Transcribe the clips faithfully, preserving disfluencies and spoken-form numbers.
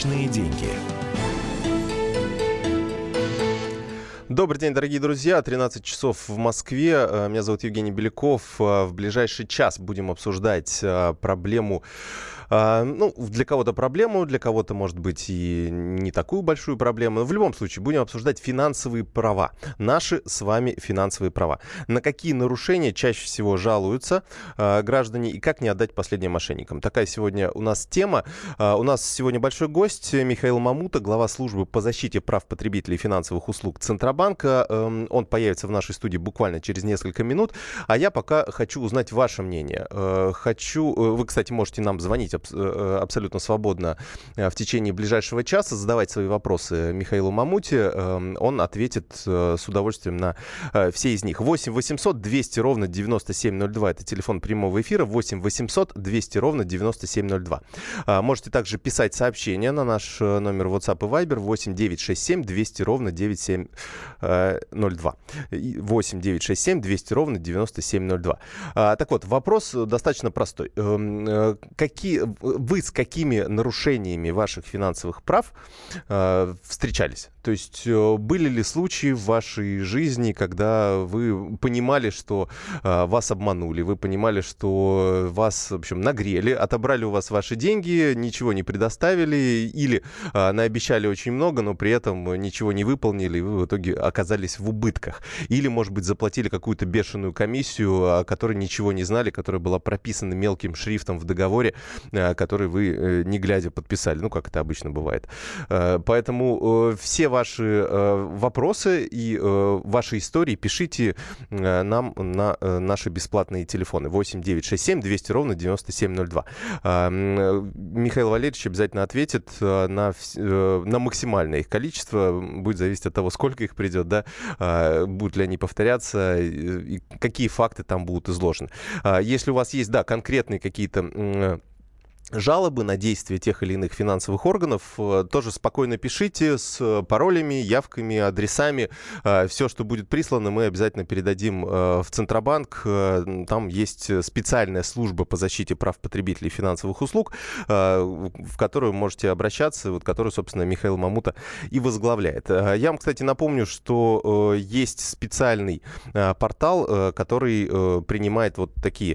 Личные деньги. Добрый день, дорогие друзья. тринадцать часов в Москве. Меня зовут Евгений Беляков. В ближайший час будем обсуждать проблему. Ну, для кого-то проблему, для кого-то, может быть, и не такую большую проблему. Но в любом случае будем обсуждать финансовые права. Наши с вами финансовые права. На какие нарушения чаще всего жалуются э, граждане и как не отдать последнее мошенникам. Такая сегодня у нас тема. Э, у нас сегодня большой гость Михаил Мамута, глава службы по защите прав потребителей и финансовых услуг Центробанка. Э, он появится в нашей студии буквально через несколько минут. А я пока хочу узнать ваше мнение. Э, хочу... Вы, кстати, можете нам звонить абсолютно свободно в течение ближайшего часа, задавать свои вопросы Михаилу Мамуте. Он ответит с удовольствием на все из них. восемь восемьсот двести ровно девяносто семь ноль два. Это телефон прямого эфира. восемь восемьсот двести ровно девяносто семь ноль два. Можете также писать сообщения на наш номер WhatsApp и Viber восемь девятьсот шестьдесят семь двести ровно девяносто семь ноль два. восемь девятьсот шестьдесят семь двести ровно девяносто семь ноль два. Так вот, вопрос достаточно простой. Какие Вы с какими нарушениями ваших финансовых прав э, встречались? То есть э, были ли случаи в вашей жизни, когда вы понимали, что э, вас обманули, вы понимали, что вас, в общем, нагрели, отобрали у вас ваши деньги, ничего не предоставили или э, наобещали очень много, но при этом ничего не выполнили, и вы в итоге оказались в убытках? Или, может быть, заплатили какую-то бешеную комиссию, о которой ничего не знали, которая была прописана мелким шрифтом в договоре, который вы, не глядя, подписали. Ну, как это обычно бывает. Поэтому все ваши вопросы и ваши истории пишите нам на наши бесплатные телефоны. восемь девятьсот шестьдесят семь двести ровно девяносто семь ноль два. Михаил Валерьевич обязательно ответит на, на максимальное их количество. Будет зависеть от того, сколько их придет, да, будут ли они повторяться, и какие факты там будут изложены. Если у вас есть, да, конкретные какие-то жалобы на действия тех или иных финансовых органов, тоже спокойно пишите с паролями, явками, адресами. Все, что будет прислано, мы обязательно передадим в Центробанк. Там есть специальная служба по защите прав потребителей и финансовых услуг, в которую можете обращаться, вот, которую, собственно, Михаил Мамута и возглавляет. Я вам, кстати, напомню, что есть специальный портал, который принимает вот такие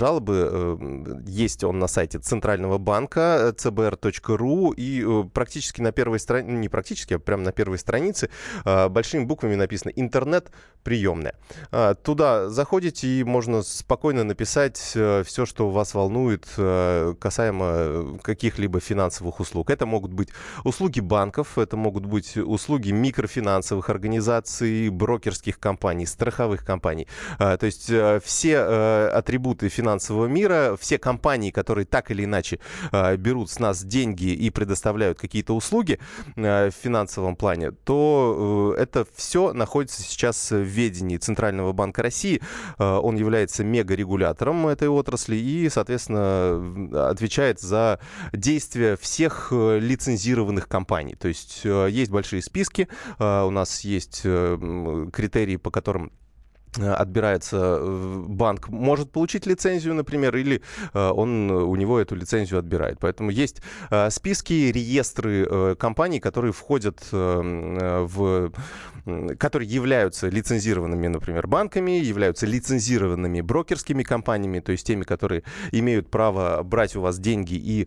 жалобы. Есть он на сайте Центрального банка цэ бэ эр точка ру, и практически на первой странице, не практически, а прямо на первой странице большими буквами написано «Интернет-приемная». Туда заходите, и можно спокойно написать все, что вас волнует касаемо каких-либо финансовых услуг. Это могут быть услуги банков, это могут быть услуги микрофинансовых организаций, брокерских компаний, страховых компаний. То есть все атрибуты финансового мира, все компании, которые так или иначе берут с нас деньги и предоставляют какие-то услуги в финансовом плане, то это все находится сейчас в ведении Центрального банка России. Он является мегарегулятором этой отрасли и, соответственно, отвечает за действия всех лицензированных компаний. То есть есть большие списки, у нас есть критерии, по которым отбирается банк, может получить лицензию, например, или он у него эту лицензию отбирает. Поэтому есть списки, реестры компаний, которые входят в... которые являются лицензированными, например, банками, являются лицензированными брокерскими компаниями, то есть теми, которые имеют право брать у вас деньги и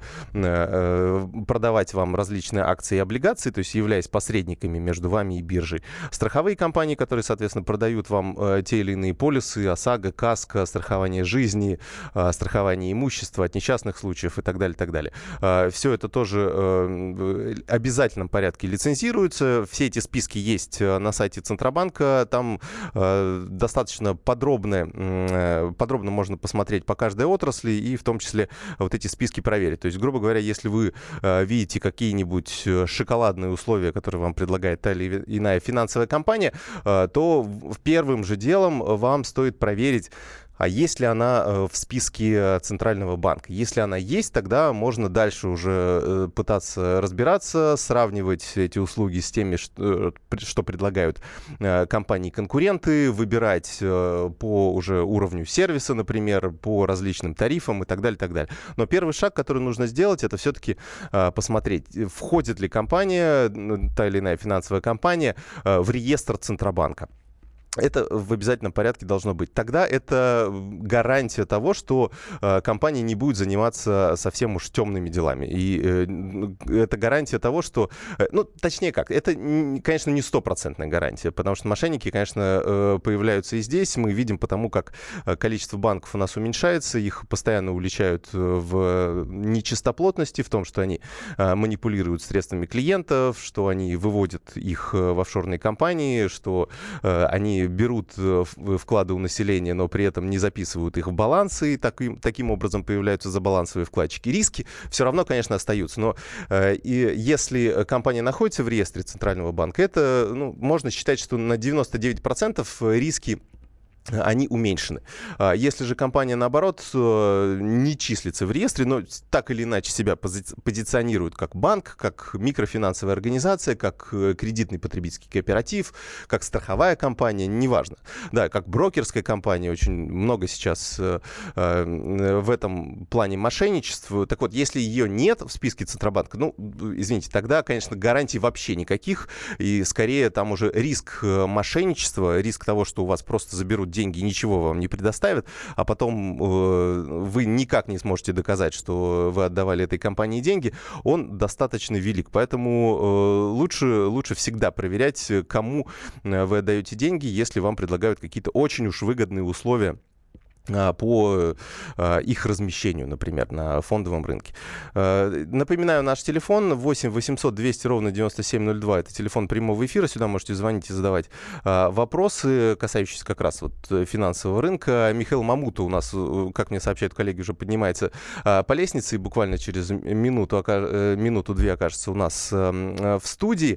продавать вам различные акции и облигации, то есть являясь посредниками между вами и биржей. Страховые компании, которые, соответственно, продают вам те или иные полисы, ОСАГО, КАСКО, страхование жизни, страхование имущества от несчастных случаев и так далее, так далее. Все это тоже в обязательном порядке лицензируется. Все эти списки есть на сайте Центробанка. Там достаточно подробно, подробно можно посмотреть по каждой отрасли и в том числе вот эти списки проверить. То есть, грубо говоря, если вы видите какие-нибудь шоколадные условия, которые вам предлагает та или иная финансовая компания, то в первым же делом вам стоит проверить, А есть ли она э, в списке Центрального банка? Если она есть, тогда можно дальше уже э, пытаться разбираться, сравнивать эти услуги с теми, что, что предлагают э, компании-конкуренты, выбирать э, по уже уровню сервиса, например, по различным тарифам и так далее, так далее. Но первый шаг, который нужно сделать, это все-таки э, посмотреть, входит ли компания, та или иная финансовая компания, э, в реестр Центробанка. Это в обязательном порядке должно быть. Тогда это гарантия того, что э, компания не будет заниматься совсем уж темными делами. И э, это гарантия того, что... Э, ну, точнее как, это, конечно, не стопроцентная гарантия, потому что мошенники, конечно, э, появляются и здесь. Мы видим потому, как количество банков у нас уменьшается, их постоянно уличают в нечистоплотности, в том, что они э, манипулируют средствами клиентов, что они выводят их в офшорные компании, что э, они берут вклады у населения, но при этом не записывают их в балансы, и таким, таким образом появляются забалансовые вкладчики. Риски все равно, конечно, остаются, но э, и если компания находится в реестре Центрального банка, это, ну, можно считать, что на девяносто девять процентов риски они уменьшены. Если же компания, наоборот, не числится в реестре, но так или иначе себя пози- позиционирует как банк, как микрофинансовая организация, как кредитный потребительский кооператив, как страховая компания, неважно. Да, как брокерская компания, очень много сейчас э, в этом плане мошенничеств. Так вот, если ее нет в списке Центробанка, ну, извините, тогда, конечно, гарантий вообще никаких, и скорее там уже риск мошенничества, риск того, что у вас просто заберут деньги, ничего вам не предоставят, а потом э, вы никак не сможете доказать, что вы отдавали этой компании деньги, он достаточно велик. Поэтому э, лучше, лучше всегда проверять, кому вы отдаете деньги, если вам предлагают какие-то очень уж выгодные условия по их размещению, например, на фондовом рынке. Напоминаю, наш телефон восемь восемьсот двести ровно девяносто семь ноль два. Это телефон прямого эфира. Сюда можете звонить и задавать вопросы, касающиеся как раз вот финансового рынка. Михаил Мамута у нас, как мне сообщают коллеги, уже поднимается по лестнице и буквально через минуту, минуту-две окажется у нас в студии.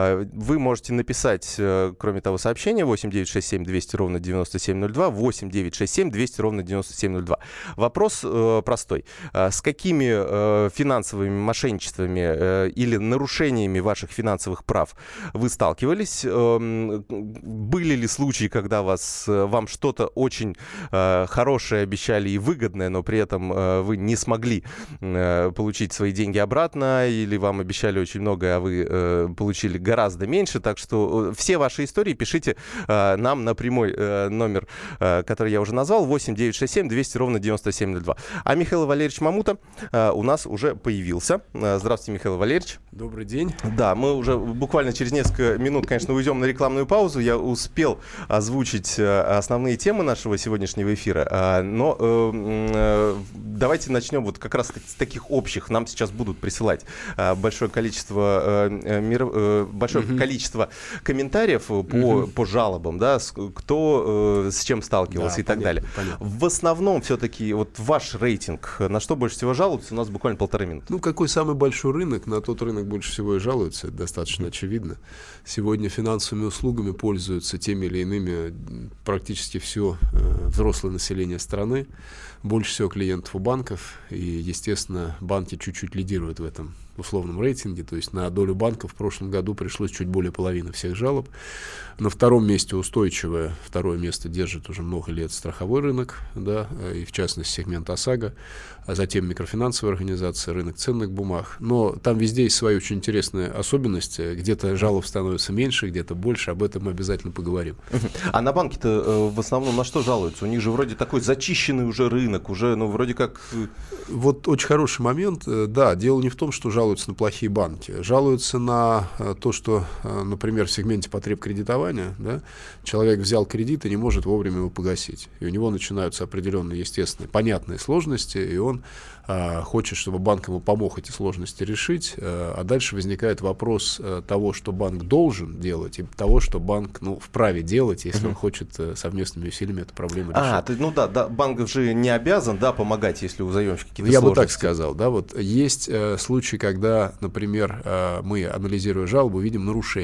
Вы можете написать, кроме того, сообщение восемь девятьсот шестьдесят семь двести ровно девяносто семь ноль два, восемь девятьсот шестьдесят семь двести ровно девяносто семь ноль два. Вопрос э, простой. А с какими э, финансовыми мошенничествами э, или нарушениями ваших финансовых прав вы сталкивались? Э, были ли случаи, когда вас, вам что-то очень э, хорошее обещали и выгодное, но при этом э, вы не смогли э, получить свои деньги обратно, или вам обещали очень многое, а вы э, получили гораздо меньше? Так что все ваши истории пишите э, нам на прямой э, номер, э, который я уже назвал, восемь девятьсот шестьдесят семь двести ровно девяносто семь ноль два. А Михаил Валерьевич Мамута э, у нас уже появился. Э, здравствуйте, Михаил Валерьевич. Добрый день. Да, мы уже буквально через несколько минут, конечно, уйдем на рекламную паузу. Я успел озвучить э, основные темы нашего сегодняшнего эфира. Э, но э, э, давайте начнем вот как раз с таких общих. Нам сейчас будут присылать э, большое количество, э, мир, э, большое uh-huh. количество комментариев по, uh-huh. по жалобам, да, с, кто э, с чем сталкивался, да, и так далее. Понятно. В основном все-таки вот ваш рейтинг, на что больше всего жалуются, у нас буквально полторы минуты. Ну, какой самый большой рынок, на тот рынок больше всего и жалуются, это достаточно очевидно. Сегодня финансовыми услугами пользуются теми или иными практически все э, взрослое население страны. Больше всего клиентов у банков, и, естественно, банки чуть-чуть лидируют в этом условном рейтинге, то есть на долю банков в прошлом году пришлось чуть более половины всех жалоб. На втором месте устойчивое, второе место держит уже много лет страховой рынок, да, и в частности сегмент ОСАГО, а затем микрофинансовая организация, рынок ценных бумаг. Но там везде есть свои очень интересные особенности, где-то жалоб становится меньше, где-то больше, об этом мы обязательно поговорим. А на банки-то в основном на что жалуются? У них же вроде такой зачищенный уже рынок, уже, ну, вроде как... Вот очень хороший момент. Да, дело не в том, что жалуются на плохие банки. Жалуются на то, что, например, в сегменте потребкредитования, да, человек взял кредит и не может вовремя его погасить. И у него начинаются определенные, естественные, понятные сложности, и он а, хочет, чтобы банк ему помог эти сложности решить. А, а дальше возникает вопрос а, того, что банк должен делать, и того, что банк, ну, вправе делать, если uh-huh. он хочет а, совместными усилиями эту проблему решить. А, ты, ну да, да, банк же не обязан, да, помогать, если у заемщика какие-то Я сложности. бы так сказал, да, вот есть э, случаи, когда, например, э, мы, анализируя жалобу, видим нарушение.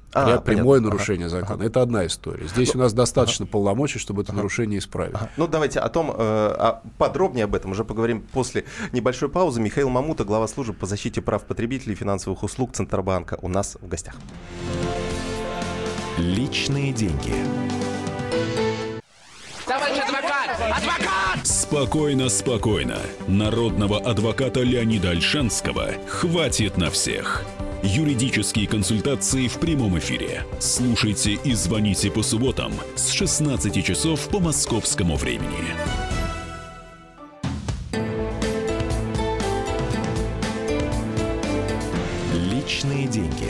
А, прямое понятно. нарушение ага. закона. Ага. Это одна история. Здесь ну, у нас достаточно ага. полномочий, чтобы это ага. нарушение исправить. Ага. Ну, давайте о том, э, подробнее об этом уже поговорим после небольшой паузы. Михаил Мамута, глава службы по защите прав потребителей и финансовых услуг Центробанка, у нас в гостях. Личные деньги. Товарищ адвокат! Адвокат! Спокойно, спокойно. Народного адвоката Леонида Ольшанского хватит на всех. Юридические консультации в прямом эфире. Слушайте и звоните по субботам с шестнадцати часов по московскому времени. Личные деньги.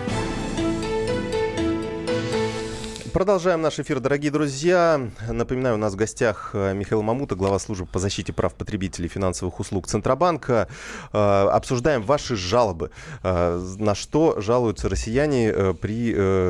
Продолжаем наш эфир, дорогие друзья. Напоминаю, у нас в гостях Михаил Мамута, глава службы по защите прав потребителей и финансовых услуг Центробанка. Обсуждаем ваши жалобы. На что жалуются россияне при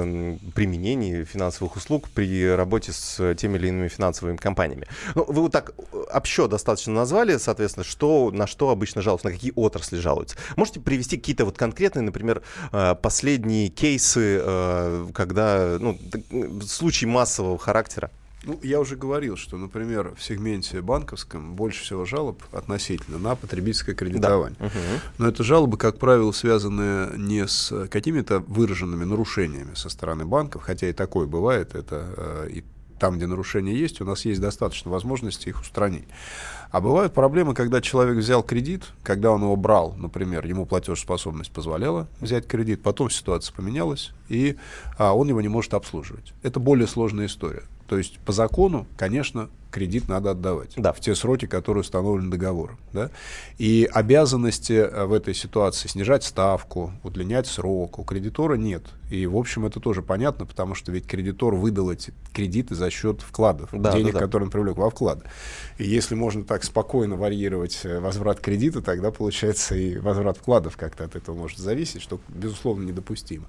применении финансовых услуг, при работе с теми или иными финансовыми компаниями. Ну, вы вот так общо достаточно назвали, соответственно, что, на что обычно жалуются, на какие отрасли жалуются. Можете привести какие-то вот конкретные, например, последние кейсы, когда... Ну, случай массового характера? Ну, я уже говорил, что, например, в сегменте банковском больше всего жалоб относительно на потребительское кредитование. Да. Угу. Но это жалобы, как правило, связаны не с какими-то выраженными нарушениями со стороны банков, хотя и такое бывает, это э, и там, где нарушения есть, у нас есть достаточно возможности их устранить. А бывают проблемы, когда человек взял кредит, когда он его брал, например, ему платежеспособность позволяла взять кредит, потом ситуация поменялась, и а, он его не может обслуживать. Это более сложная история. То есть по закону, конечно, кредит надо отдавать, да, в те сроки, которые установлены договором. Да? И обязанности в этой ситуации снижать ставку, удлинять срок у кредитора нет. И, в общем, это тоже понятно, потому что ведь кредитор выдал эти кредиты за счет вкладов, да, денег, да, да. которые он привлек во вклады. И если можно так спокойно варьировать возврат кредита, тогда, получается, и возврат вкладов как-то от этого может зависеть, что, безусловно, недопустимо.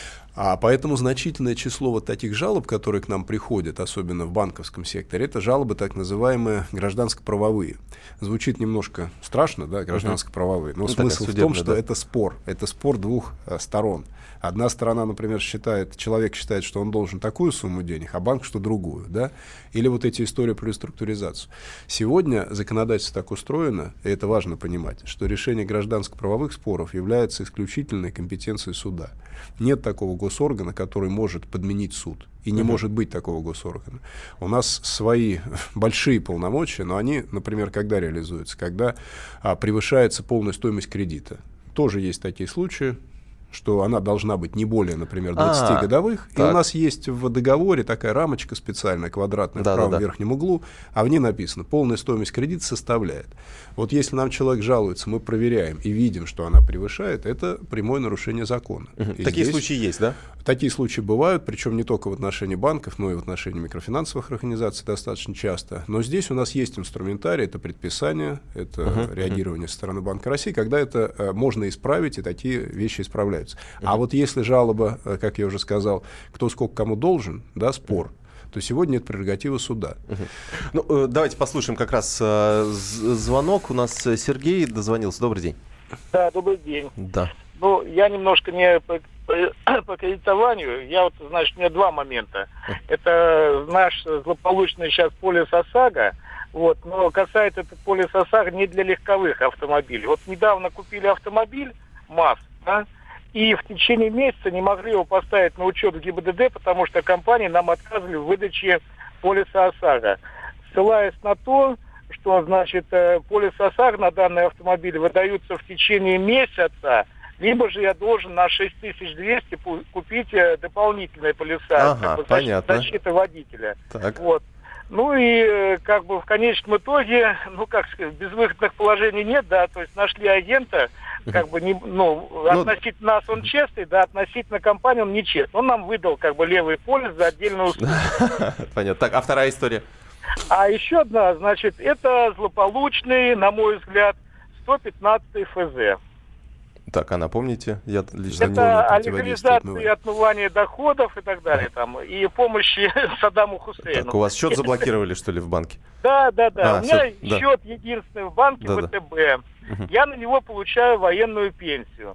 А поэтому значительное число вот таких жалоб, которые к нам приходят, особенно в банковском секторе, это жалобы так называемые гражданско-правовые. Звучит немножко страшно, да, гражданско-правовые, но ну, смысл в том, что да? это спор, это спор двух а, сторон. Одна сторона, например, считает, человек считает, что он должен такую сумму денег, а банк, что другую, да? Или вот эти истории про реструктуризацию. Сегодня законодательство так устроено, и это важно понимать, что решение гражданско-правовых споров является исключительной компетенцией суда. Нет такого госоргана, который может подменить суд. И не uh-huh. может быть такого госоргана. У нас свои большие полномочия, но они, например, когда реализуются? Когда а, превышается полная стоимость кредита. Тоже есть такие случаи, что она должна быть не более, например, двадцати годовых. И у нас есть в договоре такая рамочка специальная, квадратная, да, в правом да, да. верхнем углу, а в ней написано, полная стоимость кредита составляет. Вот если нам человек жалуется, мы проверяем и видим, что она превышает, это прямое нарушение закона. Угу. Такие здесь, случаи есть, да? Такие случаи бывают, причем не только в отношении банков, но и в отношении микрофинансовых организаций достаточно часто. Но здесь у нас есть инструментарий, это предписание, это угу. реагирование со стороны Банка России, когда это э, можно исправить, и такие вещи исправляются. Uh-huh. А вот если жалоба, как я уже сказал, кто сколько кому должен, да, спор, uh-huh. то сегодня это прерогатива суда. Uh-huh. Ну, э, давайте послушаем как раз э, звонок. У нас Сергей дозвонился. Добрый день. Да, добрый день. Да. Ну, я немножко не по, по, по кредитованию. Я вот, значит, у меня два момента. Uh-huh. Это наш злополучный сейчас полис ОСАГО. Вот, но касается этот полис ОСАГО не для легковых автомобилей. Вот недавно купили автомобиль МАЗ, да, и в течение месяца не могли его поставить на учет в ГИБДД, потому что компании нам отказывали в выдаче полиса ОСАГО. Ссылаясь на то, что, значит, полис ОСАГО на данный автомобиль выдаются в течение месяца, либо же я должен на шесть тысяч двести купить дополнительные полиса, ага, как бы, понятно. защиты водителя. Так. Вот. Ну и как бы в конечном итоге, ну как сказать, безвыходных положений нет, да, то есть нашли агента, как бы не, ну, относительно нас он честный, да, относительно компании он нечестный. Он нам выдал как бы левый полис за отдельную услугу. Понятно. Так, а вторая история? А еще одна, значит, это злополучный, на мой взгляд, сто пятнадцатый эф зэ. Так, а напомните, я лично не это о легализации отмывания доходов и так далее, там, и помощи Саддаму Хусейну. Так, у вас счет заблокировали, что ли, в банке? Да, да, да. А, у меня да. счет единственный в банке, да, вэ тэ бэ. Да. Я на него получаю военную пенсию.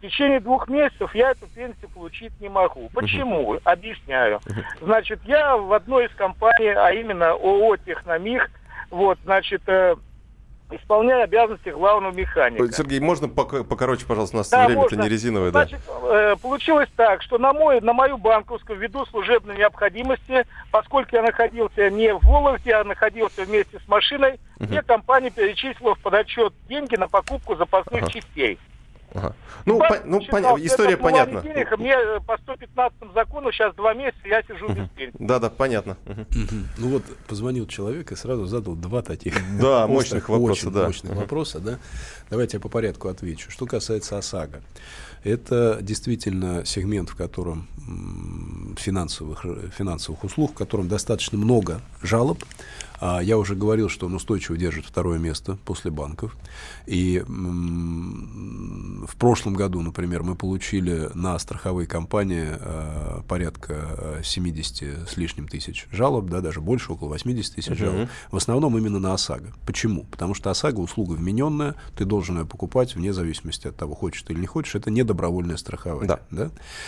течение двух месяцев я эту пенсию получить не могу. Почему? Uh-huh. Объясняю. Uh-huh. Значит, я в одной из компаний, а именно ООО «Техномих», вот, значит, э, исполняю обязанности главного механика. Сергей, можно пок- покороче, пожалуйста, у нас да, время-то можно. не резиновое. Значит, да. э, получилось так, что на, мой, на мою банковскую, ввиду служебной необходимости, поскольку я находился не в Вологде, а находился вместе с машиной, uh-huh. мне компания перечислила в подотчет деньги на покупку запасных uh-huh. частей. Ага. Ну, по, ну считал, пон... история понятна. Денег, а мне по сто пятнадцатому закону сейчас два месяца, я сижу без пенсии. Да-да, понятно. Uh-huh. Ну вот позвонил человек и сразу задал два таких да, мощных вопроса. Очень да. мощных uh-huh. вопроса. Да? Давайте я по порядку отвечу. Что касается ОСАГО. Это действительно сегмент, в котором финансовых, финансовых услуг, в котором достаточно много жалоб. Я уже говорил, что он устойчиво держит второе место после банков. И м- в прошлом году, например, мы получили на страховые компании э, порядка семьдесят с лишним тысяч жалоб, да, даже больше, около восемьдесят тысяч uh-huh. жалоб. В основном именно на ОСАГО. Почему? Потому что ОСАГО услуга вмененная, ты должен ее покупать вне зависимости от того, хочешь ты или не хочешь. Это не добровольное страхование. Да. Да?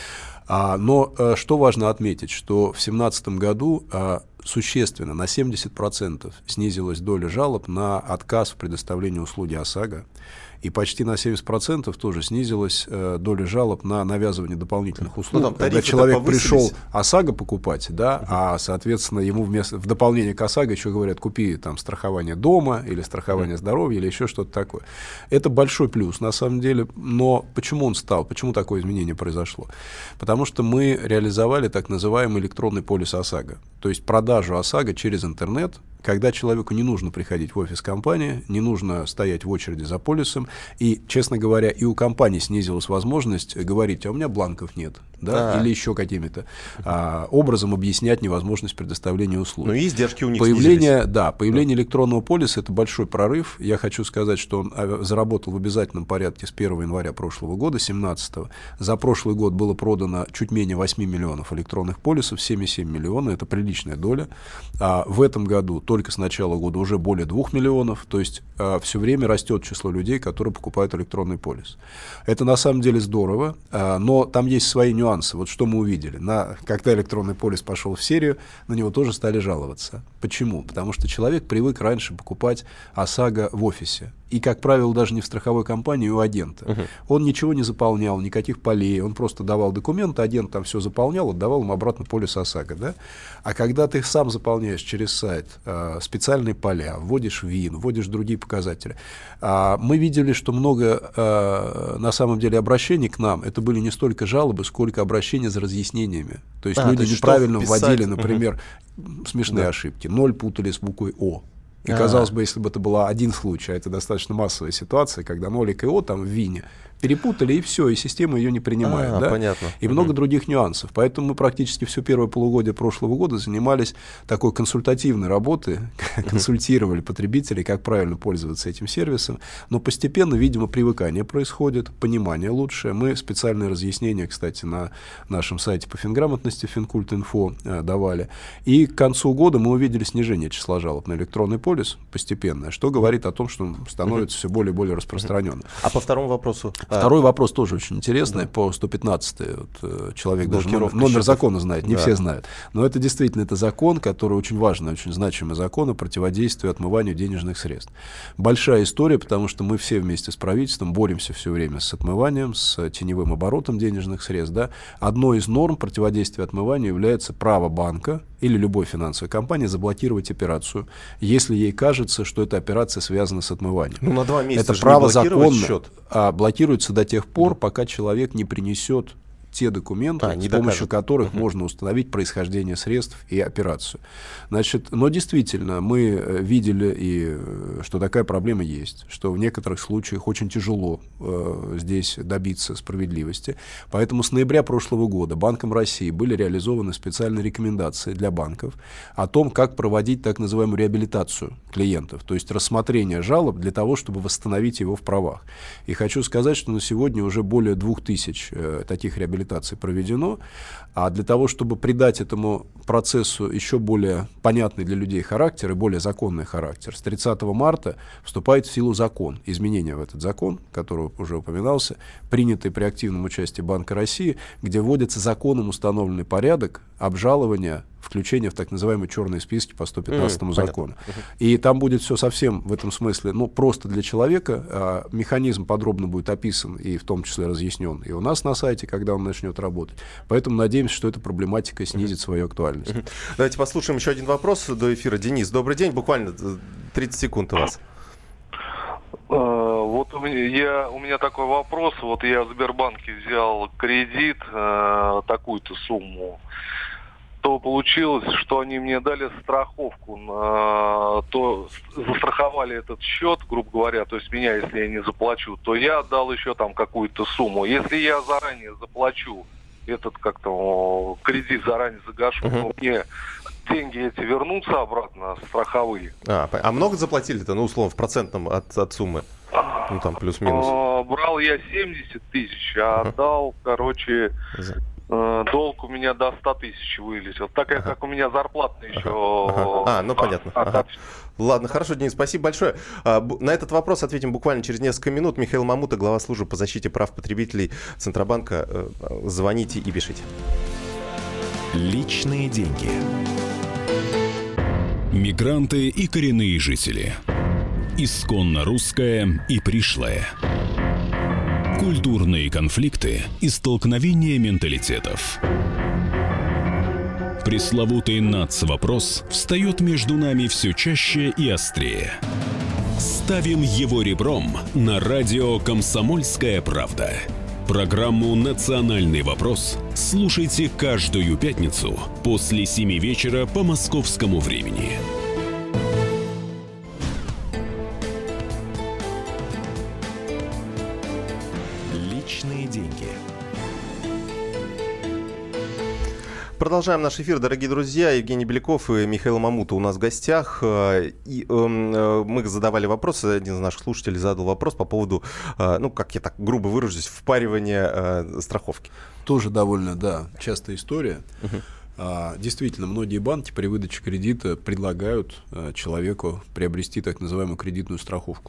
А, но а, что важно отметить, что в две тысячи семнадцатом году а, существенно, на семьдесят процентов снизилась доля жалоб на отказ в предоставлении услуги ОСАГО. И почти на семьдесят процентов тоже снизилась э, доля жалоб на навязывание дополнительных услуг. Ну, там, когда человек пришел ОСАГО покупать, да, uh-huh. а, соответственно, ему вместо, в дополнение к ОСАГО еще говорят, купи там страхование дома или страхование uh-huh. здоровья или еще что-то такое. Это большой плюс, на самом деле. Но почему он стал? Почему такое изменение произошло? Потому что мы реализовали так называемый электронный полис ОСАГО. То есть продажу ОСАГО через интернет, когда человеку не нужно приходить в офис компании, не нужно стоять в очереди за полисом. И, честно говоря, и у компании снизилась возможность говорить, а у меня бланков нет, да, или еще какими-то а, образом объяснять невозможность предоставления услуг. Ну и издержки у них появление, снизились. Да, появление да. электронного полиса – это большой прорыв. Я хочу сказать, что он заработал в обязательном порядке с первого января прошлого года, семнадцатого. За прошлый год было продано чуть менее восемь миллионов электронных полисов, семь целых семь десятых миллиона, это приличная доля. А в этом году только с начала года уже более двух миллионов, то есть а, все время растет число людей, которые покупают электронный полис. Это на самом деле здорово, а, но там есть свои нюансы. Вот что мы увидели. На, когда электронный полис пошел в серию, на него тоже стали жаловаться. Почему? Потому что человек привык раньше покупать ОСАГО в офисе. И, как правило, даже не в страховой компании, у агента. Uh-huh. Он ничего не заполнял, никаких полей. Он просто давал документы, агент там все заполнял, отдавал ему обратно полис ОСАГО. Да? А когда ты сам заполняешь через сайт э, специальные поля, вводишь ВИН, вводишь другие показатели, э, мы видели, что много э, на самом деле обращений к нам, это были не столько жалобы, сколько обращения за разъяснениями. То есть а, люди то есть неправильно вводили, например, uh-huh. смешные да. ошибки. Ноль путали с буквой О. И А-а-а. казалось бы, если бы это была один случай, а это достаточно массовая ситуация, когда нолик и О там в ВИНе перепутали, и все, и система ее не принимает. А, да? Понятно. И много uh-huh. других нюансов. Поэтому мы практически все первое полугодие прошлого года занимались такой консультативной работой, uh-huh. консультировали потребителей, как правильно пользоваться этим сервисом. Но постепенно, видимо, привыкание происходит, понимание лучшее. Мы специальные разъяснения, кстати, на нашем сайте по финграмотности Финкульт точка инфо э, давали. И к концу года мы увидели снижение числа жалоб на электронный полис постепенное, что говорит о том, что он становится uh-huh. все более и более распространенным. А по второму вопросу? Второй вопрос тоже очень интересный. Да. По сто пятнадцатый вот, человек даже номер, номер закона знает, не да. все знают. Но это действительно это закон, который очень важный, очень значимый закон о противодействии отмыванию денежных средств. Большая история, потому что мы все вместе с правительством боремся все время с отмыванием, с теневым оборотом денежных средств. Да? Одной из норм противодействия отмыванию является право банка или любой финансовой компании заблокировать операцию, если ей кажется, что эта операция связана с отмыванием. Ну, на два месяца это право законно, счет. А блокируется до тех пор, да. пока человек не принесет те документы, а, с помощью которых uh-huh. можно установить происхождение средств и операцию. Значит, но действительно, мы видели, и, что такая проблема есть, что в некоторых случаях очень тяжело э, здесь добиться справедливости. Поэтому с ноября прошлого года Банком России были реализованы специальные рекомендации для банков о том, как проводить так называемую реабилитацию клиентов, то есть рассмотрение жалоб для того, чтобы восстановить его в правах. И хочу сказать, что на сегодня уже более двух тысяч э, таких реабилитаций реабилитации проведено. А для того, чтобы придать этому процессу еще более понятный для людей характер и более законный характер, с тридцатого марта вступает в силу закон, изменения в этот закон, который уже упоминался, принятый при активном участии Банка России, где вводится законом установленный порядок обжалования, включения в так называемые черные списки по сто пятнадцатому mm, закону. И там будет все совсем в этом смысле, ну, просто для человека. А, механизм подробно будет описан и в том числе разъяснен и у нас на сайте, когда он начнет работать. Поэтому надеемся, что эта проблематика снизит свою актуальность. Давайте послушаем еще один вопрос до эфира. Денис, добрый день. Буквально тридцать секунд у вас. Вот у меня, я, у меня такой вопрос. Вот я в Сбербанке взял кредит, э, такую-то сумму. То получилось, что они мне дали страховку, на, то застраховали этот счет, грубо говоря, то есть меня, если я не заплачу, то я отдал еще там какую-то сумму. Если я заранее заплачу этот как-то кредит, заранее загашу, uh-huh. то мне деньги эти вернутся обратно, страховые. А, а много заплатили-то, ну, условно, в процентном от, от суммы? Ну, там плюс-минус. А, брал я семьдесят тысяч, а uh-huh. отдал, короче... Долг у меня до ста тысяч вылетел. Так ага. как у меня зарплата еще... Ага. А, ну понятно. Ага. Ладно, хорошо, Денис, спасибо большое. На этот вопрос ответим буквально через несколько минут. Михаил Мамута, глава службы по защите прав потребителей Центробанка. Звоните и пишите. Личные деньги. Мигранты и коренные жители. Исконно русское и пришлое. Культурные конфликты и столкновения менталитетов. Пресловутый нацвопрос встает между нами все чаще и острее. Ставим его ребром на радио «Комсомольская правда». Программу «Национальный вопрос» слушайте каждую пятницу после семи вечера по московскому времени. Личные деньги. Продолжаем наш эфир, дорогие друзья. Евгений Беляков и Михаил Мамута у нас в гостях. И, э, мы задавали вопросы, один из наших слушателей задал вопрос по поводу, э, ну, как я так грубо выражусь, впаривания э, страховки. Тоже довольно, да, частая история. Uh-huh. А, действительно, многие банки при выдаче кредита предлагают а, человеку приобрести так называемую кредитную страховку.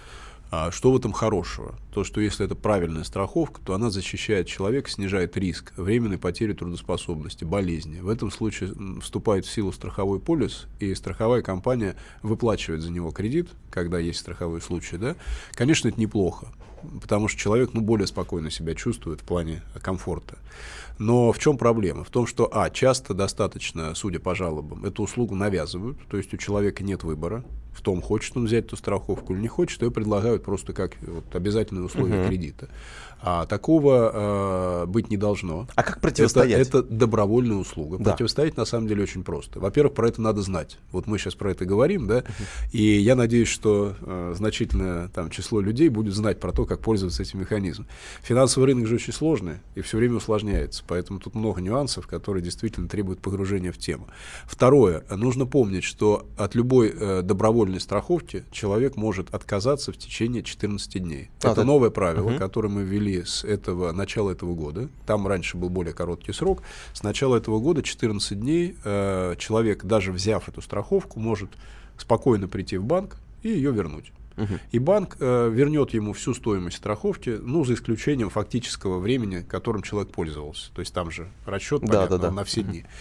А что в этом хорошего? То, что если это правильная страховка, то она защищает человека, снижает риск временной потери трудоспособности, болезни. В этом случае вступает в силу страховой полис, и страховая компания выплачивает за него кредит, когда есть страховой случай. Да? Конечно, это неплохо, потому что человек ну, более спокойно себя чувствует в плане комфорта. Но в чем проблема? В том, что, а, часто достаточно, судя по жалобам, эту услугу навязывают, то есть у человека нет выбора в том, хочет он взять эту страховку или не хочет, ее предлагают просто как вот, обязательные условия uh-huh. кредита. А такого э, быть не должно. А как противостоять? Это, это добровольная услуга. Да. Противостоять на самом деле очень просто. Во-первых, про это надо знать. Вот мы сейчас про это говорим, да, uh-huh. и я надеюсь, что э, значительное там, число людей будет знать про то, как пользоваться этим механизмом. Финансовый рынок же очень сложный и все время усложняется, поэтому тут много нюансов, которые действительно требуют погружения в тему. Второе. Нужно помнить, что от любой э, добровольной страховки человек может отказаться в течение четырнадцати дней. А, это так... новое правило, uh-huh. которое мы ввели с этого, начала этого года. Там раньше был более короткий срок. С начала этого года четырнадцать дней э, человек, даже взяв эту страховку, может спокойно прийти в банк и ее вернуть. Uh-huh. И банк э, вернет ему всю стоимость страховки, ну, за исключением фактического времени, которым человек пользовался. То есть там же расчет, да, понятно, да, да. на все uh-huh. дни.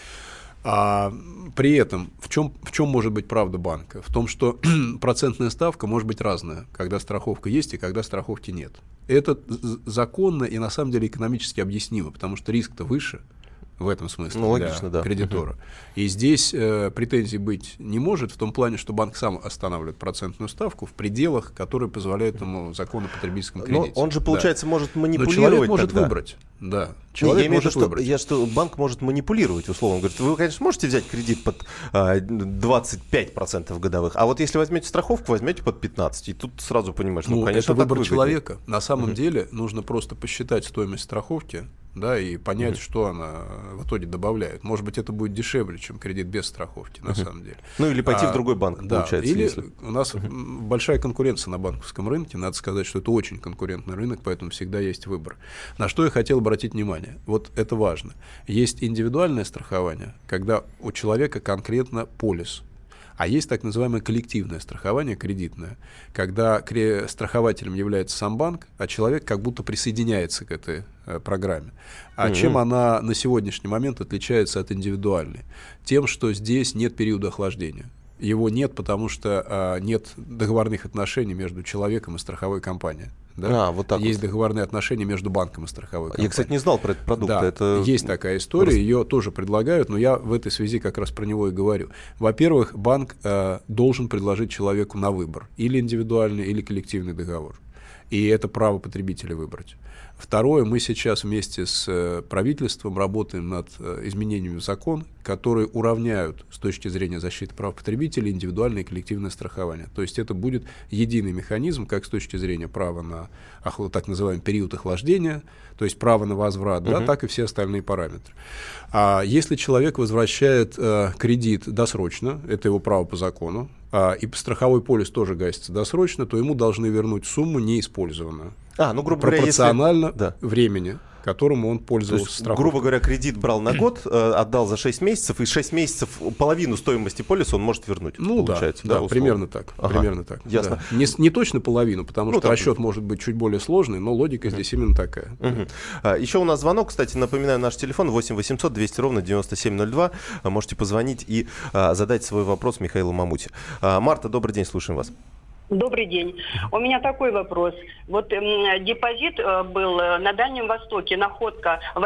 А при этом в чем, в чем может быть правда банка? В том, что процентная ставка может быть разная, когда страховка есть и когда страховки нет. Это законно и на самом деле экономически объяснимо, потому что риск-то выше в этом смысле ну, для логично, да. кредитора. Uh-huh. И здесь э, претензий быть не может в том плане, что банк сам останавливает процентную ставку в пределах, которые позволяют ему закон о потребительском кредите. Но он же, получается, да. может манипулировать. Но человек может тогда. выбрать. Да. Человек я может имею выбрать. Я что банк может манипулировать, условно. Он говорит, вы, конечно, можете взять кредит под а, двадцать пять процентов годовых, а вот если возьмете страховку, возьмете под пятнадцать процентов. И тут сразу понимаешь, ну, ну конечно, это выбор выгоднее. человека. На самом uh-huh. деле нужно просто посчитать стоимость страховки да, и понять, uh-huh. что она в итоге добавляет. Может быть, это будет дешевле, чем кредит без страховки, на uh-huh. самом деле. Ну, или пойти а, в другой банк, да, получается. Или если... у нас uh-huh. большая конкуренция на банковском рынке. Надо сказать, что это очень конкурентный рынок, поэтому всегда есть выбор. На что я хотел обратить внимание. Вот это важно. Есть индивидуальное страхование, когда у человека конкретно полис. А есть так называемое коллективное страхование, кредитное, когда страхователем является сам банк, а человек как будто присоединяется к этой э, программе. А mm-hmm. чем она на сегодняшний момент отличается от индивидуальной? Тем, что здесь нет периода охлаждения. Его нет, потому что а, нет договорных отношений между человеком и страховой компанией. Да? А, вот так есть вот. договорные отношения между банком и страховой компанией. Я, кстати, не знал про этот продукт. Да, это... есть такая история, Просто... ее тоже предлагают, но я в этой связи как раз про него и говорю. Во-первых, банк э, должен предложить человеку на выбор или индивидуальный, или коллективный договор. И это право потребителя выбрать. Второе, мы сейчас вместе с э, правительством работаем над э, изменениями в закон, которые уравняют с точки зрения защиты прав потребителей индивидуальное и коллективное страхование. То есть это будет единый механизм, как с точки зрения права на охла- так называемый период охлаждения, то есть право на возврат, uh-huh. да, так и все остальные параметры. А если человек возвращает э, кредит досрочно, это его право по закону, а, и страховой полис тоже гасится досрочно, то ему должны вернуть сумму неиспользованную. А, ну, грубо пропорционально говоря, если... времени, которому он пользовался есть, страховкой. Грубо говоря, кредит брал на год, э, отдал за шесть месяцев, и шесть месяцев половину стоимости полиса он может вернуть. Ну получается, да, да, да примерно так. Ага. Примерно так. Ясно. Да. Не, не точно половину, потому ну, что расчет может быть чуть более сложный, но логика uh-huh. здесь именно такая. Uh-huh. А, еще у нас звонок, кстати, напоминаю, наш телефон восемь восемьсот двести ровно девяносто семь ноль два. Можете позвонить и а, задать свой вопрос Михаилу Мамути. А, Марта, добрый день, слушаем вас. Добрый день. У меня такой вопрос. Вот м, депозит э, был на Дальнем Востоке, находка в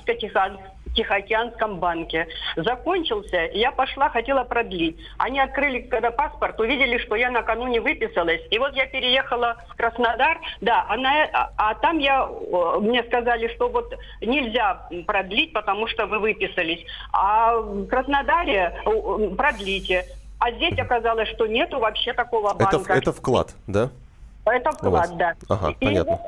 Азиатско-Тихоокеанском банке. Закончился, я пошла, хотела продлить. Они открыли, когда паспорт, увидели, что я накануне выписалась. И вот я переехала в Краснодар, да, а, на, а, а там я, мне сказали, что вот нельзя продлить, потому что вы выписались. А в Краснодаре продлите. А здесь оказалось, что нету вообще такого банка. Это, это вклад, да? Это вклад, да. Ага, и, понятно.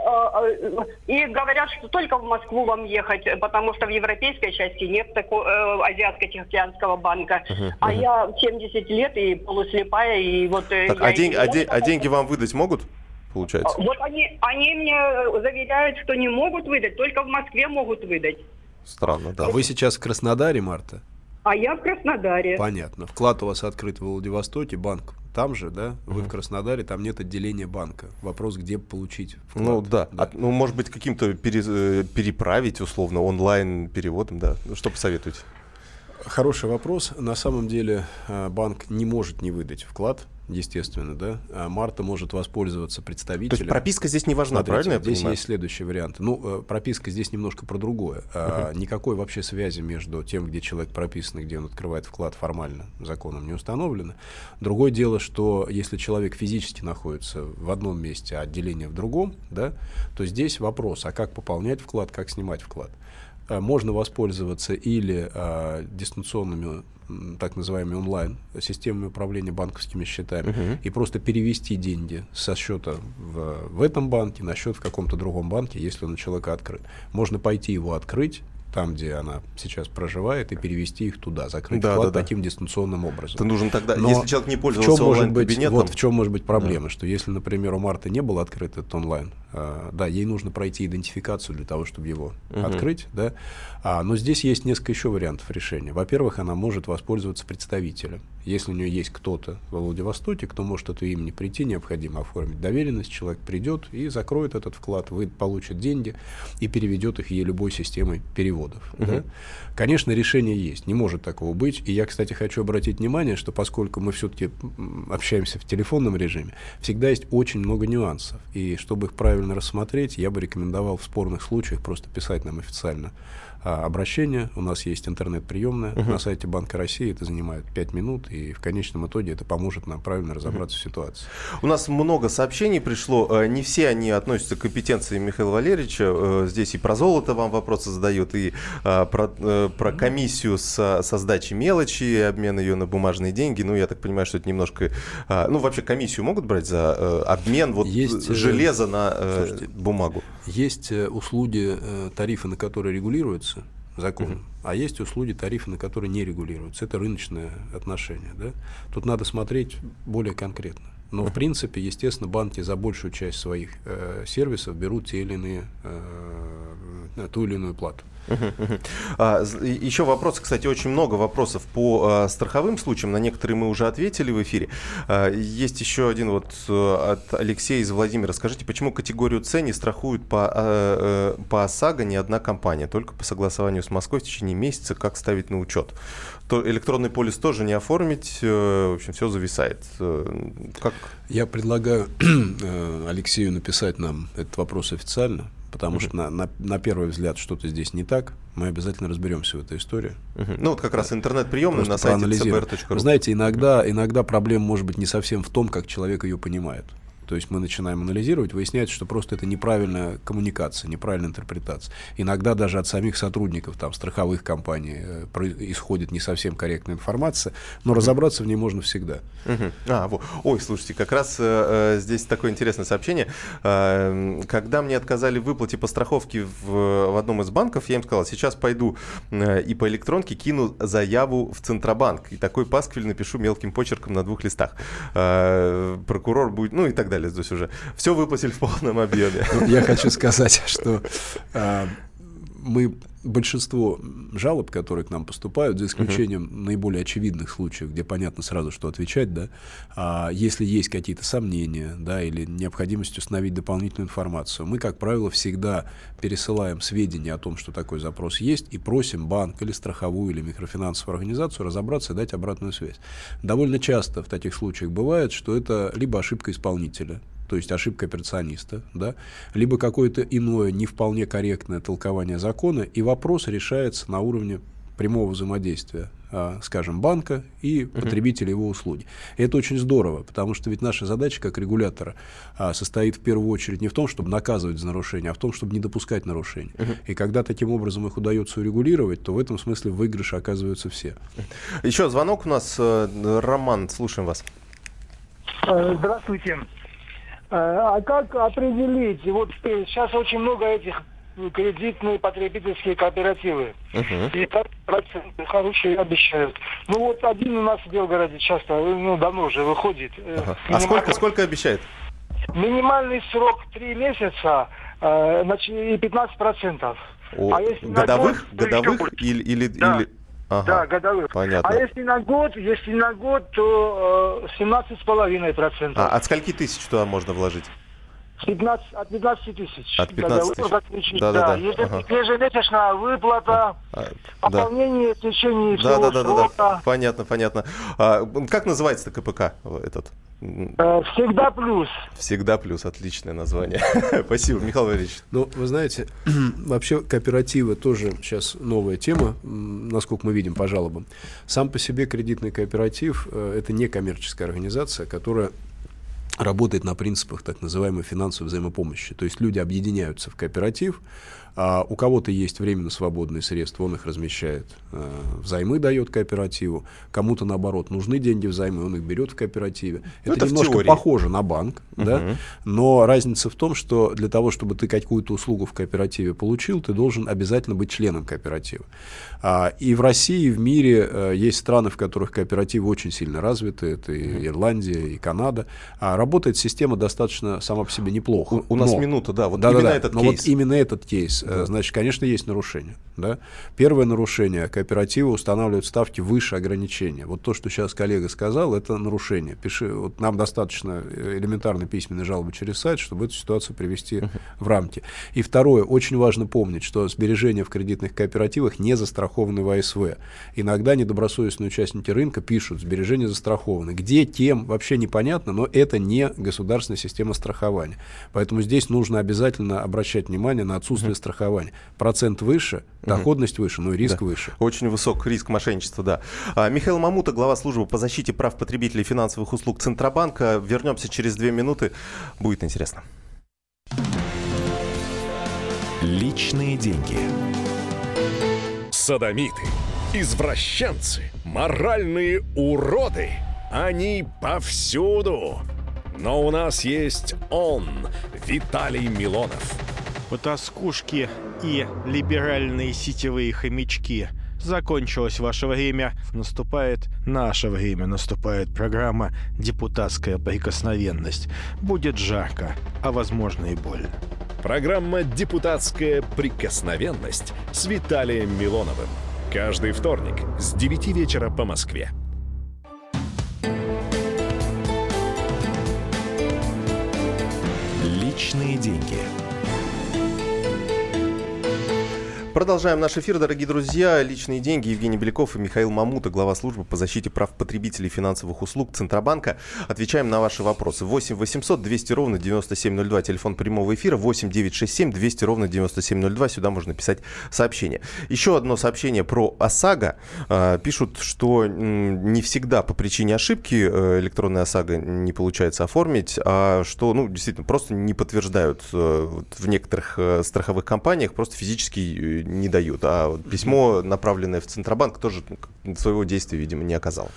И, и говорят, что только в Москву вам ехать, потому что в европейской части нет такого э, Азиатско-Тихоокеанского банка. Uh-huh, а uh-huh. я семьдесят лет и полуслепая, и вот... Так, а, день, а, де, а деньги вам выдать могут, получается? Вот они, они мне заверяют, что не могут выдать, только в Москве могут выдать. Странно, да. А вы сейчас в Краснодаре, Марта? А я в Краснодаре. Понятно. Вклад у вас открыт в Владивостоке, банк там же, да? Вы uh-huh. в Краснодаре, там нет отделения банка. Вопрос, где получить вклад. Ну да. да. А, ну, может быть, каким-то пере, переправить, условно, онлайн-переводом, да? Что посоветуете? Хороший вопрос. На самом деле банк не может не выдать вклад, естественно, да. А Марта может воспользоваться представителем. То есть прописка здесь не важна, Смотрите, правильно я здесь понимаю? есть следующий вариант. Ну, прописка здесь немножко про другое. Uh-huh. Никакой вообще связи между тем, где человек прописан и где он открывает вклад, формально законом не установлено. Другое дело, что если человек физически находится в одном месте, а отделение в другом, да, то здесь вопрос, а как пополнять вклад, как снимать вклад. Можно воспользоваться или а, дистанционными, так называемыми онлайн-системами управления банковскими счетами uh-huh. и просто перевести деньги со счета в, в этом банке на счет в каком-то другом банке, если он у человека открыт. Можно пойти его открыть там, где она сейчас проживает, и перевести их туда, закрыть да, вклад да, да. таким дистанционным образом. Это нужно тогда, Но если человек не пользовался онлайн-кабинетом... Вот в чем может быть проблема, да. что если, например, у Марты не был открыт этот онлайн, а, да, ей нужно пройти идентификацию для того, чтобы его uh-huh. открыть, да, а, но здесь есть несколько еще вариантов решения. Во-первых, она может воспользоваться представителем. Если у нее есть кто-то во Владивостоке, кто может от ее имени прийти, необходимо оформить доверенность, человек придет и закроет этот вклад, вы получит деньги и переведет их ей любой системой переводов. Uh-huh. Да? Конечно, решение есть, не может такого быть. И я, кстати, хочу обратить внимание, что поскольку мы все-таки общаемся в телефонном режиме, всегда есть очень много нюансов. И чтобы их правильно рассмотреть, я бы рекомендовал в спорных случаях просто писать нам официально а, обращение, у нас есть интернет-приемная uh-huh. на сайте Банка России, это занимает пять минут, и в конечном итоге это поможет нам правильно разобраться uh-huh. в ситуации. У нас много сообщений пришло, не все они относятся к компетенции Михаила Валерьевича, здесь и про золото вам вопросы задают, и а, про, а, про комиссию с, со сдачи мелочи, и обмен ее на бумажные деньги, ну, я так понимаю, что это немножко, а, ну, вообще комиссию могут брать за а, обмен вот есть, железа на а, слушайте, бумагу? Есть услуги, тарифы на которые регулируются законом, uh-huh. а есть услуги, тарифы на которые не регулируются. Это рыночное отношение. Да? Тут надо смотреть более конкретно. Но, uh-huh. в принципе, естественно, банки за большую часть своих э, сервисов берут те или иные, э, ту или иную плату. Uh-huh, uh-huh. А, еще вопросы, кстати, очень много вопросов по а, страховым случаям, на некоторые мы уже ответили в эфире. А, есть еще один вот а, от Алексея из Владимира. Скажите, почему категорию С не страхуют по, а, а, по ОСАГО ни одна компания, только по согласованию с Москвой в течение месяца, как ставить на учет? То электронный полис тоже не оформить, в общем, все зависает. Как? Я предлагаю Алексею написать нам этот вопрос официально, потому uh-huh. что на, на, на первый взгляд что-то здесь не так. Мы обязательно разберемся в этой истории. Uh-huh. Ну вот как раз интернет-приемная на сайте цэ бэ эр точка ру. Вы знаете, иногда, иногда проблема может быть не совсем в том, как человек ее понимает. То есть мы начинаем анализировать, выясняется, что просто это неправильная коммуникация, неправильная интерпретация. Иногда даже от самих сотрудников там, страховых компаний э, исходит не совсем корректная информация, но разобраться в ней можно всегда. Uh-huh. А, вот. Ой, слушайте, как раз э, здесь такое интересное сообщение. Э, когда мне отказали в выплате по страховке в, в одном из банков, я им сказал, сейчас пойду э, и по электронке кину заяву в Центробанк. И такой пасквиль напишу мелким почерком на двух листах. Э, прокурор будет, ну и так далее. Здесь уже все выплатили в полном объеме. Я хочу сказать, что а, мы большинство жалоб, которые к нам поступают, за исключением uh-huh. наиболее очевидных случаев, где понятно сразу, что отвечать, да, а если есть какие-то сомнения, да, или необходимость установить дополнительную информацию, мы, как правило, всегда пересылаем сведения о том, что такой запрос есть, и просим банк или страховую, или микрофинансовую организацию разобраться и дать обратную связь. Довольно часто в таких случаях бывает, что это либо ошибка исполнителя, то есть ошибка операциониста, да, либо какое-то иное, не вполне корректное толкование закона, и вопрос решается на уровне прямого взаимодействия, а, скажем, банка и uh-huh. потребителя его услуги. И это очень здорово, потому что ведь наша задача как регулятора а, состоит в первую очередь не в том, чтобы наказывать за нарушения, а в том, чтобы не допускать нарушений. Uh-huh. И когда таким образом их удается урегулировать, то в этом смысле в выигрыше оказываются все. Еще звонок у нас. Роман, слушаем вас. Здравствуйте. А как определить, вот сейчас очень много этих кредитные потребительские кооперативы, uh-huh. и так проценты хорошие обещают. Ну вот один у нас в Белгороде часто, ну давно уже выходит. Uh-huh. А сколько, сколько обещает? Минимальный срок три месяца э, и пятнадцать процентов. О, а если годовых? Год, годовых или... или, да. или... Ага, да, годовых. Понятно. А если на год, если на год, то э, семнадцать с половиной процентов. А от скольки тысяч туда можно вложить? пятнадцать, от пятнадцати тысяч. От пятнадцати тысяч. Да, да, да. Ага. Ежемесячная выплата, а, пополнение да. в течение да, всего да, да, срока. Да, да. Понятно, понятно. А, как называется ка пэ ка этот? Всегда плюс. Всегда плюс, отличное название. Спасибо, Михаил Валерьевич. Ну, вы знаете, вообще кооперативы тоже сейчас новая тема, насколько мы видим по жалобам. Сам по себе кредитный кооператив – это не коммерческая организация, которая работает на принципах так называемой финансовой взаимопомощи. То есть люди объединяются в кооператив, а у кого-то есть временно свободные средства, он их размещает, э, взаймы дает кооперативу, кому-то, наоборот, нужны деньги взаймы, он их берет в кооперативе. Это, это немножко похоже на банк, uh-huh. да? Но разница в том, что для того, чтобы ты какую-то услугу в кооперативе получил, ты должен обязательно быть членом кооператива. А, и в России, и в мире э, есть страны, в которых кооперативы очень сильно развиты, это и uh-huh. Ирландия, и Канада. А работает система достаточно сама по себе неплохо. У, у нас но, минута, да, вот да, именно да, этот но кейс. Вот именно этот кейс. Значит, конечно, есть нарушения. Да? Первое нарушение. Кооперативы устанавливают ставки выше ограничения. Вот то, что сейчас коллега сказал, это нарушение. Пиши, вот нам достаточно элементарной письменной жалобы через сайт, чтобы эту ситуацию привести uh-huh. в рамки. И второе. Очень важно помнить, что сбережения в кредитных кооперативах не застрахованы в а эс вэ. Иногда недобросовестные участники рынка пишут, сбережения застрахованы. Где, кем, вообще непонятно, но это не не государственная система страхования. Поэтому здесь нужно обязательно обращать внимание на отсутствие uh-huh. страхования. Процент выше, доходность uh-huh. выше, но и риск да. выше. Очень высок риск мошенничества, да. А, Михаил Мамута, глава службы по защите прав потребителей и финансовых услуг Центробанка. Вернемся через две минуты. Будет интересно. Личные деньги. Содомиты, извращенцы, моральные уроды. Они повсюду. Но у нас есть он, Виталий Милонов. Потаскушки и либеральные сетевые хомячки. Закончилось ваше время, наступает наше время, наступает программа «Депутатская прикосновенность». Будет жарко, а возможно и больно. Программа «Депутатская прикосновенность» с Виталием Милоновым. Каждый вторник с девяти вечера по Москве. Личные деньги. Продолжаем наш эфир, дорогие друзья. Личные деньги. Евгений Беляков и Михаил Мамута, глава службы по защите прав потребителей и финансовых услуг Центробанка. Отвечаем на ваши вопросы. восемь восемьсот двести ровно девяносто семь ноль два, телефон прямого эфира. восемь девятьсот шестьдесят семь двести ровно девяносто семь ноль два. Сюда можно писать сообщение. Еще одно сообщение про ОСАГО. Пишут, что не всегда по причине ошибки электронная ОСАГО не получается оформить, а что, ну, действительно, просто не подтверждают в некоторых страховых компаниях, просто физически не дают. А письмо, направленное в Центробанк, тоже своего действия, видимо, не оказало.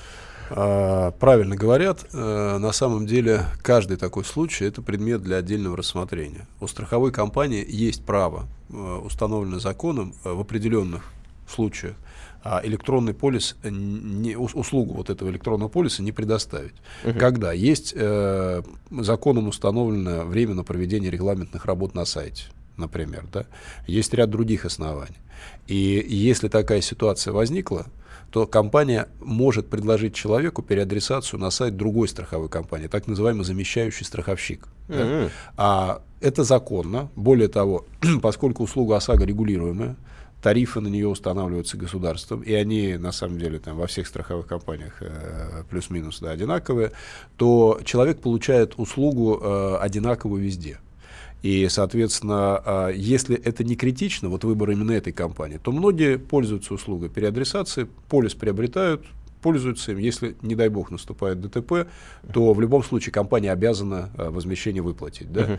Правильно говорят. На самом деле каждый такой случай — это предмет для отдельного рассмотрения. У страховой компании есть право, установленное законом, в определенных случаях электронный полис, не, услугу вот этого электронного полиса не предоставить. Uh-huh. Когда есть э, законом установленное время на проведение регламентных работ на сайте, например, да, есть ряд других оснований. И если такая ситуация возникла, то компания может предложить человеку переадресацию на сайт другой страховой компании, так называемый замещающий страховщик. Mm-hmm. Да? А это законно. Более того, поскольку услуга ОСАГО регулируемая, тарифы на нее устанавливаются государством, и они, на самом деле, там, во всех страховых компаниях э, плюс-минус да, одинаковые, то человек получает услугу э, одинаковую везде. И, соответственно, если это не критично, вот выбор именно этой компании, то многие пользуются услугой переадресации, полис приобретают, пользуются им. Если, не дай бог, наступает ДТП, то в любом случае компания обязана возмещение выплатить. Да? Uh-huh.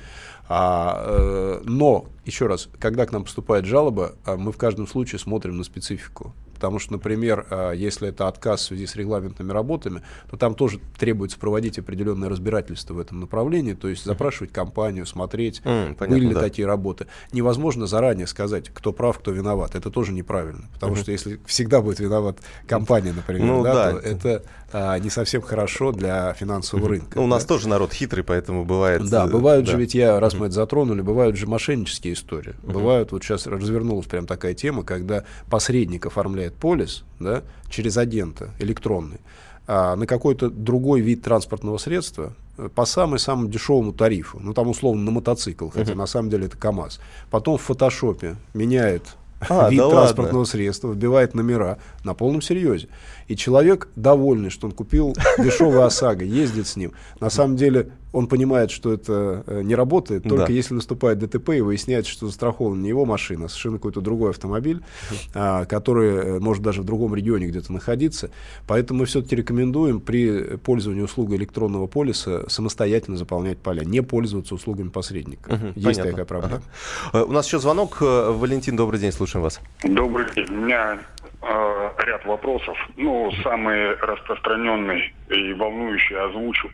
А, э, но, еще раз, когда к нам поступает жалоба, мы в каждом случае смотрим на специфику. Потому что, например, если это отказ в связи с регламентными работами, то там тоже требуется проводить определенное разбирательство в этом направлении, то есть запрашивать компанию, смотреть, mm, понятно, были ли да. такие работы. Невозможно заранее сказать, кто прав, кто виноват. Это тоже неправильно. Потому mm-hmm. что если всегда будет виноват компания, например, ну, да, да. то это а, не совсем хорошо для финансового mm-hmm. рынка. Ну, у да? нас тоже народ хитрый, поэтому бывает... Да, бывают да. же, ведь я, раз mm-hmm. мы это затронули, бывают же мошеннические истории. Mm-hmm. Бывают, вот сейчас развернулась прям такая тема, когда посредник оформляет полис, да, через агента электронный, а, на какой-то другой вид транспортного средства по самому-самому дешевому тарифу, ну там условно на мотоцикл, хотя uh-huh. на самом деле это КАМАЗ. Потом в фотошопе меняет а, вид да транспортного ладно. средства, вбивает номера на полном серьезе. И человек довольный, что он купил дешевый ОСАГО, ездит с ним. На самом деле он понимает, что это не работает, только да. если наступает ДТП и выясняется, что застрахована не его машина, а совершенно какой-то другой автомобиль, а, который может даже в другом регионе где-то находиться. Поэтому мы все-таки рекомендуем при пользовании услугой электронного полиса самостоятельно заполнять поля, не пользоваться услугами посредника. Угу, Есть понятно. такая проблема. Ага. У нас еще звонок. Валентин, добрый день, слушаем вас. Добрый день. У меня э, ряд вопросов. Ну, самый распространенный и волнующий озвучу.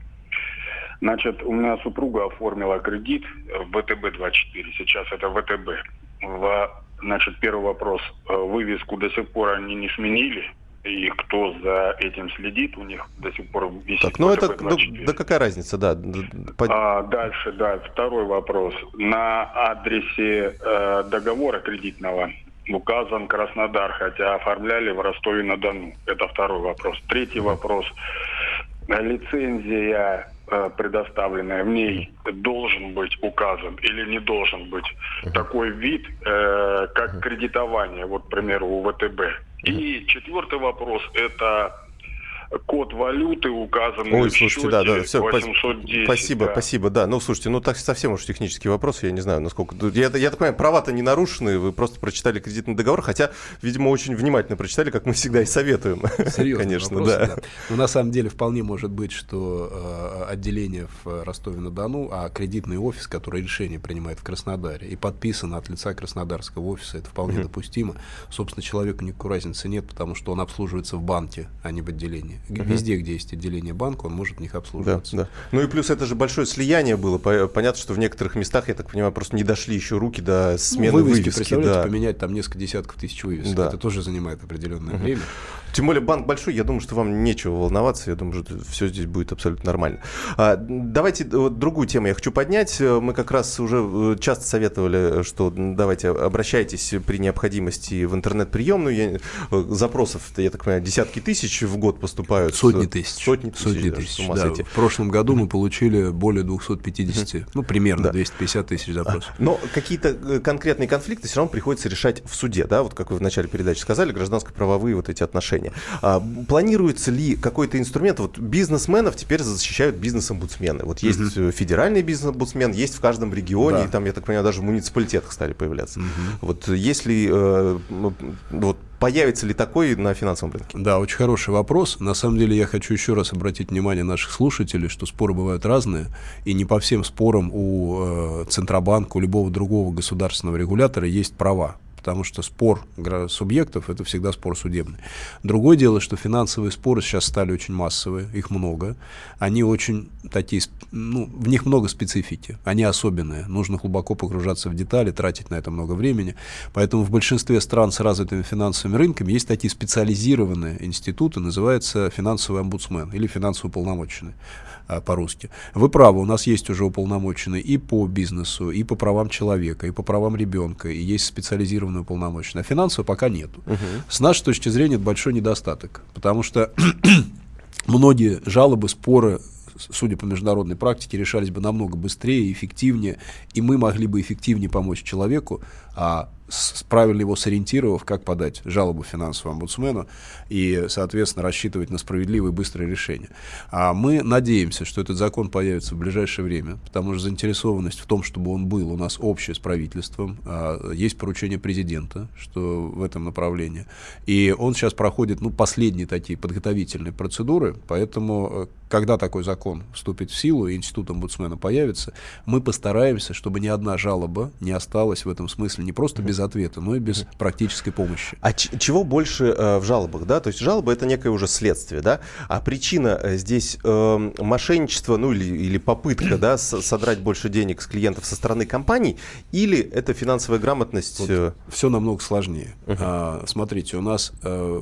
Значит, у меня супруга оформила кредит в ВТБ двадцать четыре. Сейчас это ВТБ. В, значит, первый вопрос. Вывеску до сих пор они не сменили. И кто за этим следит, у них до сих пор висит. Так, ну это, да, да какая разница, да. А, дальше, да, второй вопрос. На адресе э, договора кредитного указан Краснодар, хотя оформляли в Ростове-на-Дону. Это второй вопрос. Третий вопрос. Лицензия, э, предоставленная, в ней должен быть указан или не должен быть такой вид, э, как кредитование, вот, к примеру, у ВТБ. И четвертый вопрос – это код валюты указанный. Ой, слушайте, да, да, все, восемьсот десять, спасибо, да. спасибо, да. Ну, слушайте, ну так совсем уж технический вопрос, я не знаю, насколько... Я, я так понимаю, права-то не нарушены, вы просто прочитали кредитный договор, хотя, видимо, очень внимательно прочитали, как мы всегда и советуем. Серьезно, конечно, вопрос, да. да. Но на самом деле вполне может быть, что э, отделение в Ростове-на-Дону, а кредитный офис, который решение принимает в Краснодаре, и подписан от лица краснодарского офиса, это вполне mm-hmm. допустимо. Собственно, человеку никакой разницы нет, потому что он обслуживается в банке, а не в отделении. Mm-hmm. Везде, где есть отделение банка, он может в них обслуживаться. Да, да. Ну и плюс это же большое слияние было. Понятно, что в некоторых местах, я так понимаю, просто не дошли еще руки до смены ну, вывески. вывески. Представляете, да. поменять там несколько десятков тысяч вывесок. Да. Это тоже занимает определенное mm-hmm. время. Тем более банк большой, я думаю, что вам нечего волноваться, я думаю, что все здесь будет абсолютно нормально. А, давайте вот, другую тему я хочу поднять. Мы как раз уже часто советовали, что давайте обращайтесь при необходимости в интернет-приемную. Я, запросов, я так понимаю, десятки тысяч в год поступают. Сотни тысяч. Сотни тысяч. Сотни тысяч да. В прошлом году мы получили более двести пятьдесят, ну, примерно да. двести пятьдесят тысяч запросов. Но какие-то конкретные конфликты все равно приходится решать в суде, да, вот как вы в начале передачи сказали, гражданско-правовые вот эти отношения. А, планируется ли какой-то инструмент? Вот бизнесменов теперь защищают бизнес-омбудсмены. Вот есть uh-huh. федеральный бизнес-омбудсмен, есть в каждом регионе, да. и там, я так понимаю, даже в муниципалитетах стали появляться. Uh-huh. Вот если э, вот, появится ли такой на финансовом рынке? Да, очень хороший вопрос. На самом деле я хочу еще раз обратить внимание наших слушателей, что споры бывают разные, и не по всем спорам у э, Центробанка, у любого другого государственного регулятора есть права. Потому что спор субъектов – это всегда спор судебный. Другое дело, что финансовые споры сейчас стали очень массовые, их много. Они очень такие, ну, в них много специфики, они особенные. Нужно глубоко погружаться в детали, тратить на это много времени. Поэтому в большинстве стран с развитыми финансовыми рынками есть такие специализированные институты, называются финансовый омбудсмен или финансово уполномоченный по-русски. Вы правы, у нас есть уже уполномоченные и по бизнесу, и по правам человека, и по правам ребенка, и есть специализированные уполномоченные. А финансово пока нету. Uh-huh. С нашей точки зрения это большой недостаток, потому что многие жалобы, споры, судя по международной практике, решались бы намного быстрее и эффективнее, и мы могли бы эффективнее помочь человеку, а с, правильно его сориентировав, как подать жалобу финансовому омбудсмену и, соответственно, рассчитывать на справедливое и быстрое решение. А мы надеемся, что этот закон появится в ближайшее время, потому что заинтересованность в том, чтобы он был у нас общая с правительством. А, есть поручение президента, что в этом направлении. И он сейчас проходит, ну, последние такие подготовительные процедуры, поэтому, когда такой закон вступит в силу и институт омбудсмена появится, мы постараемся, чтобы ни одна жалоба не осталась в этом смысле не просто без ответа, но и без практической помощи. А ч- чего больше э, в жалобах, да? То есть жалоба — это некое уже следствие, да? А причина э, здесь э, мошенничество, ну или, или попытка, да, с- содрать больше денег с клиентов со стороны компаний, или это финансовая грамотность? Вот э... Все намного сложнее. Uh-huh. А, смотрите, у нас, э,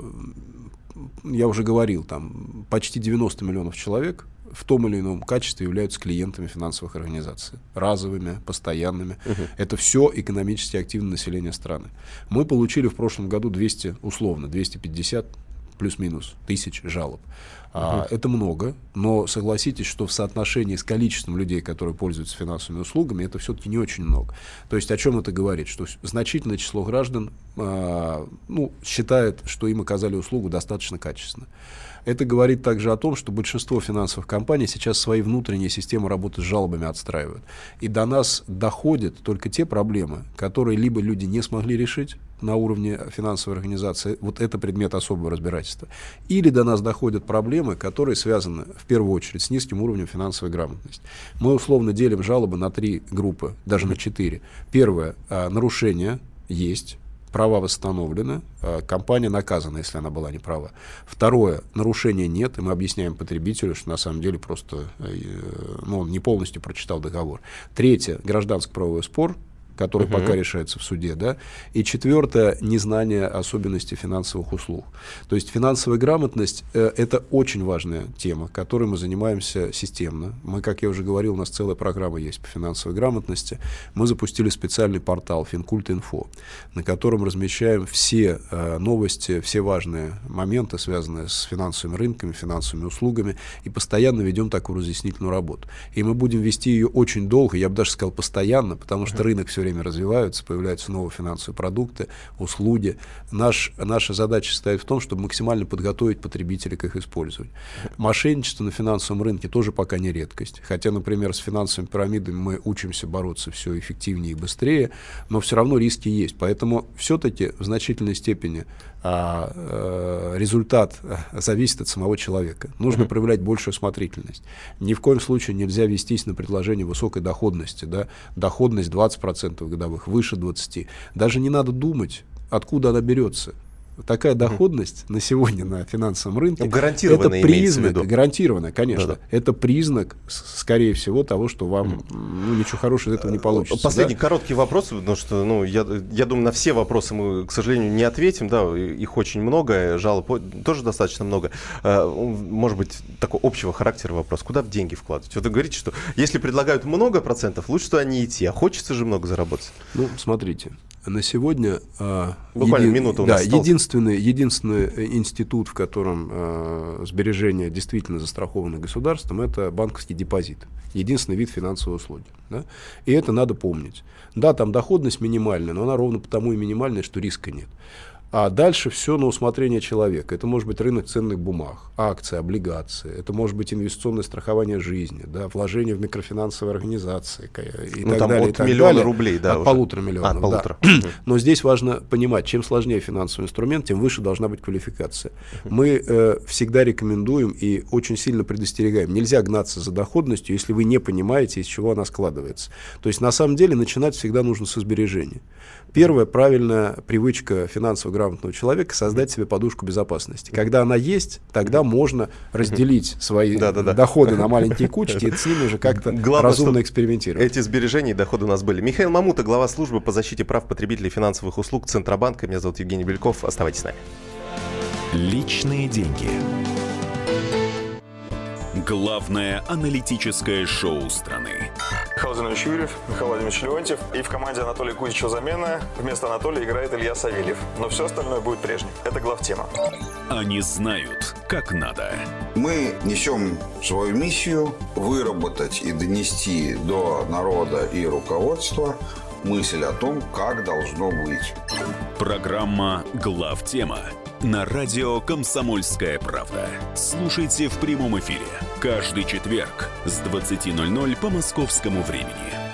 я уже говорил, там почти девяносто миллионов человек в том или ином качестве являются клиентами финансовых организаций. Разовыми, постоянными. Uh-huh. Это все экономически активное население страны. Мы получили в прошлом году двести, условно, двести пятьдесят плюс-минус тысяч жалоб. Uh-huh. А, это много, но согласитесь, что в соотношении с количеством людей, которые пользуются финансовыми услугами, это все-таки не очень много. То есть о чем это говорит? Что значительное число граждан а, ну, считает, что им оказали услугу достаточно качественно. Это говорит также о том, что большинство финансовых компаний сейчас свои внутренние системы работы с жалобами отстраивают. И до нас доходят только те проблемы, которые либо люди не смогли решить на уровне финансовой организации, вот это предмет особого разбирательства, или до нас доходят проблемы, которые связаны в первую очередь с низким уровнем финансовой грамотности. Мы условно делим жалобы на три группы, даже на четыре. Первое, нарушение есть. Права восстановлены, компания наказана, если она была неправа. Второе, нарушения нет, и мы объясняем потребителю, что на самом деле просто ну, он не полностью прочитал договор. Третье, гражданско-правовой спор, который uh-huh. пока решается в суде, да. И четвертое, незнание особенностей финансовых услуг. То есть финансовая грамотность э, — это очень важная тема, которой мы занимаемся системно. Мы, как я уже говорил, у нас целая программа есть по финансовой грамотности. Мы запустили специальный портал Финкульт.инфо, на котором размещаем все э, новости, все важные моменты, связанные с финансовыми рынками, финансовыми услугами, и постоянно ведем такую разъяснительную работу. И мы будем вести ее очень долго, я бы даже сказал постоянно, потому что uh-huh. рынок все время развиваются, появляются новые финансовые продукты, услуги. Наш, наша задача состоит в том, чтобы максимально подготовить потребителей к их использованию. Мошенничество на финансовом рынке тоже пока не редкость. Хотя, например, с финансовыми пирамидами мы учимся бороться все эффективнее и быстрее, но все равно риски есть. Поэтому все-таки в значительной степени а, а, результат зависит от самого человека. Нужно mm-hmm. проявлять большую осмотрительность. Ни в коем случае нельзя вестись на предложение высокой доходности. Да? Доходность двадцать процентов годовых, выше двадцати процентов. Даже не надо думать, откуда она берется. Такая доходность mm. на сегодня на финансовом рынке, ну, это признак, гарантированная, конечно, да-да. это признак, скорее всего, того, что вам mm. ну, ничего хорошего из этого не получится. Последний да? короткий вопрос, потому что, ну, я, я думаю, на все вопросы мы, к сожалению, не ответим, да, их очень много, жалоб тоже достаточно много. Может быть, такой общего характера вопрос, куда в деньги вкладывать? Вот вы говорите, что если предлагают много процентов, лучше туда не идти, а хочется же много заработать. Ну, смотрите. На сегодня э, Буквально еди... минута у нас да, единственный, единственный институт, в котором э, сбережения действительно застрахованы государством, это банковский депозит. Единственный вид финансовой услуги. Да? И это надо помнить. Да, там доходность минимальная, но она ровно потому и минимальная, что риска нет. А дальше все на усмотрение человека. Это может быть рынок ценных бумаг, акции, облигации. Это может быть инвестиционное страхование жизни, да, вложение в микрофинансовые организации и ну, так там далее. От миллиона рублей, да. От уже. полутора миллионов. От полутора. Да. Но здесь важно понимать, чем сложнее финансовый инструмент, тем выше должна быть квалификация. Мы э, всегда рекомендуем и очень сильно предостерегаем. Нельзя гнаться за доходностью, если вы не понимаете, из чего она складывается. То есть на самом деле начинать всегда нужно со сбережения. Первая правильная привычка финансово грамотного человека — создать себе подушку безопасности. Когда она есть, тогда можно разделить свои да, да, да. доходы на маленькие кучки и с ними уже как-то Главное, разумно экспериментировать. Эти сбережения и доходы у нас были. Михаил Мамута, глава службы по защите прав потребителей финансовых услуг Центробанка. Меня зовут Евгений Беляков. Оставайтесь с нами. Личные деньги. Главное аналитическое шоу страны. Михаил Владимирович Юрьев, Михаил Владимирович Леонтьев. И в команде Анатолия Кузичева замена. Вместо Анатолия играет Илья Савельев. Но все остальное будет прежним. Это главтема. Они знают, как надо. Мы несем свою миссию выработать и донести до народа и руководства мысль о том, как должно быть. Программа «Главтема» на радио «Комсомольская правда». Слушайте в прямом эфире каждый четверг с двадцати ноль-ноль по московскому времени.